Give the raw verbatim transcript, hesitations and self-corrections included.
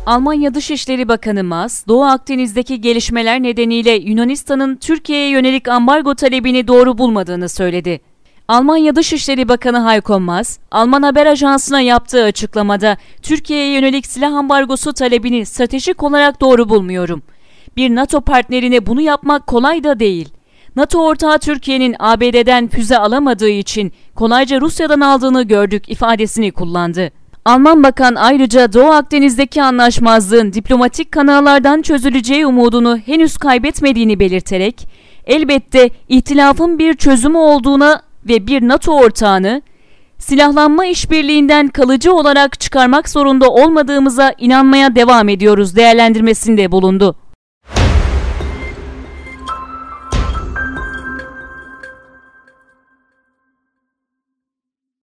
Almanya Dışişleri Bakanı Maas, Doğu Akdeniz'deki gelişmeler nedeniyle Yunanistan'ın Türkiye'ye yönelik ambargo talebini doğru bulmadığını söyledi. Almanya Dışişleri Bakanı Heiko Maas, Alman haber ajansına yaptığı açıklamada Türkiye'ye yönelik silah ambargosu talebini stratejik olarak doğru bulmuyorum. Bir NATO partnerine bunu yapmak kolay da değil. NATO ortağı Türkiye'nin A B D'den füze alamadığı için kolayca Rusya'dan aldığını gördük ifadesini kullandı. Alman bakan ayrıca Doğu Akdeniz'deki anlaşmazlığın diplomatik kanallardan çözüleceği umudunu henüz kaybetmediğini belirterek, elbette ihtilafın bir çözümü olduğuna ve bir NATO ortağını silahlanma işbirliğinden kalıcı olarak çıkarmak zorunda olmadığımıza inanmaya devam ediyoruz değerlendirmesinde bulundu.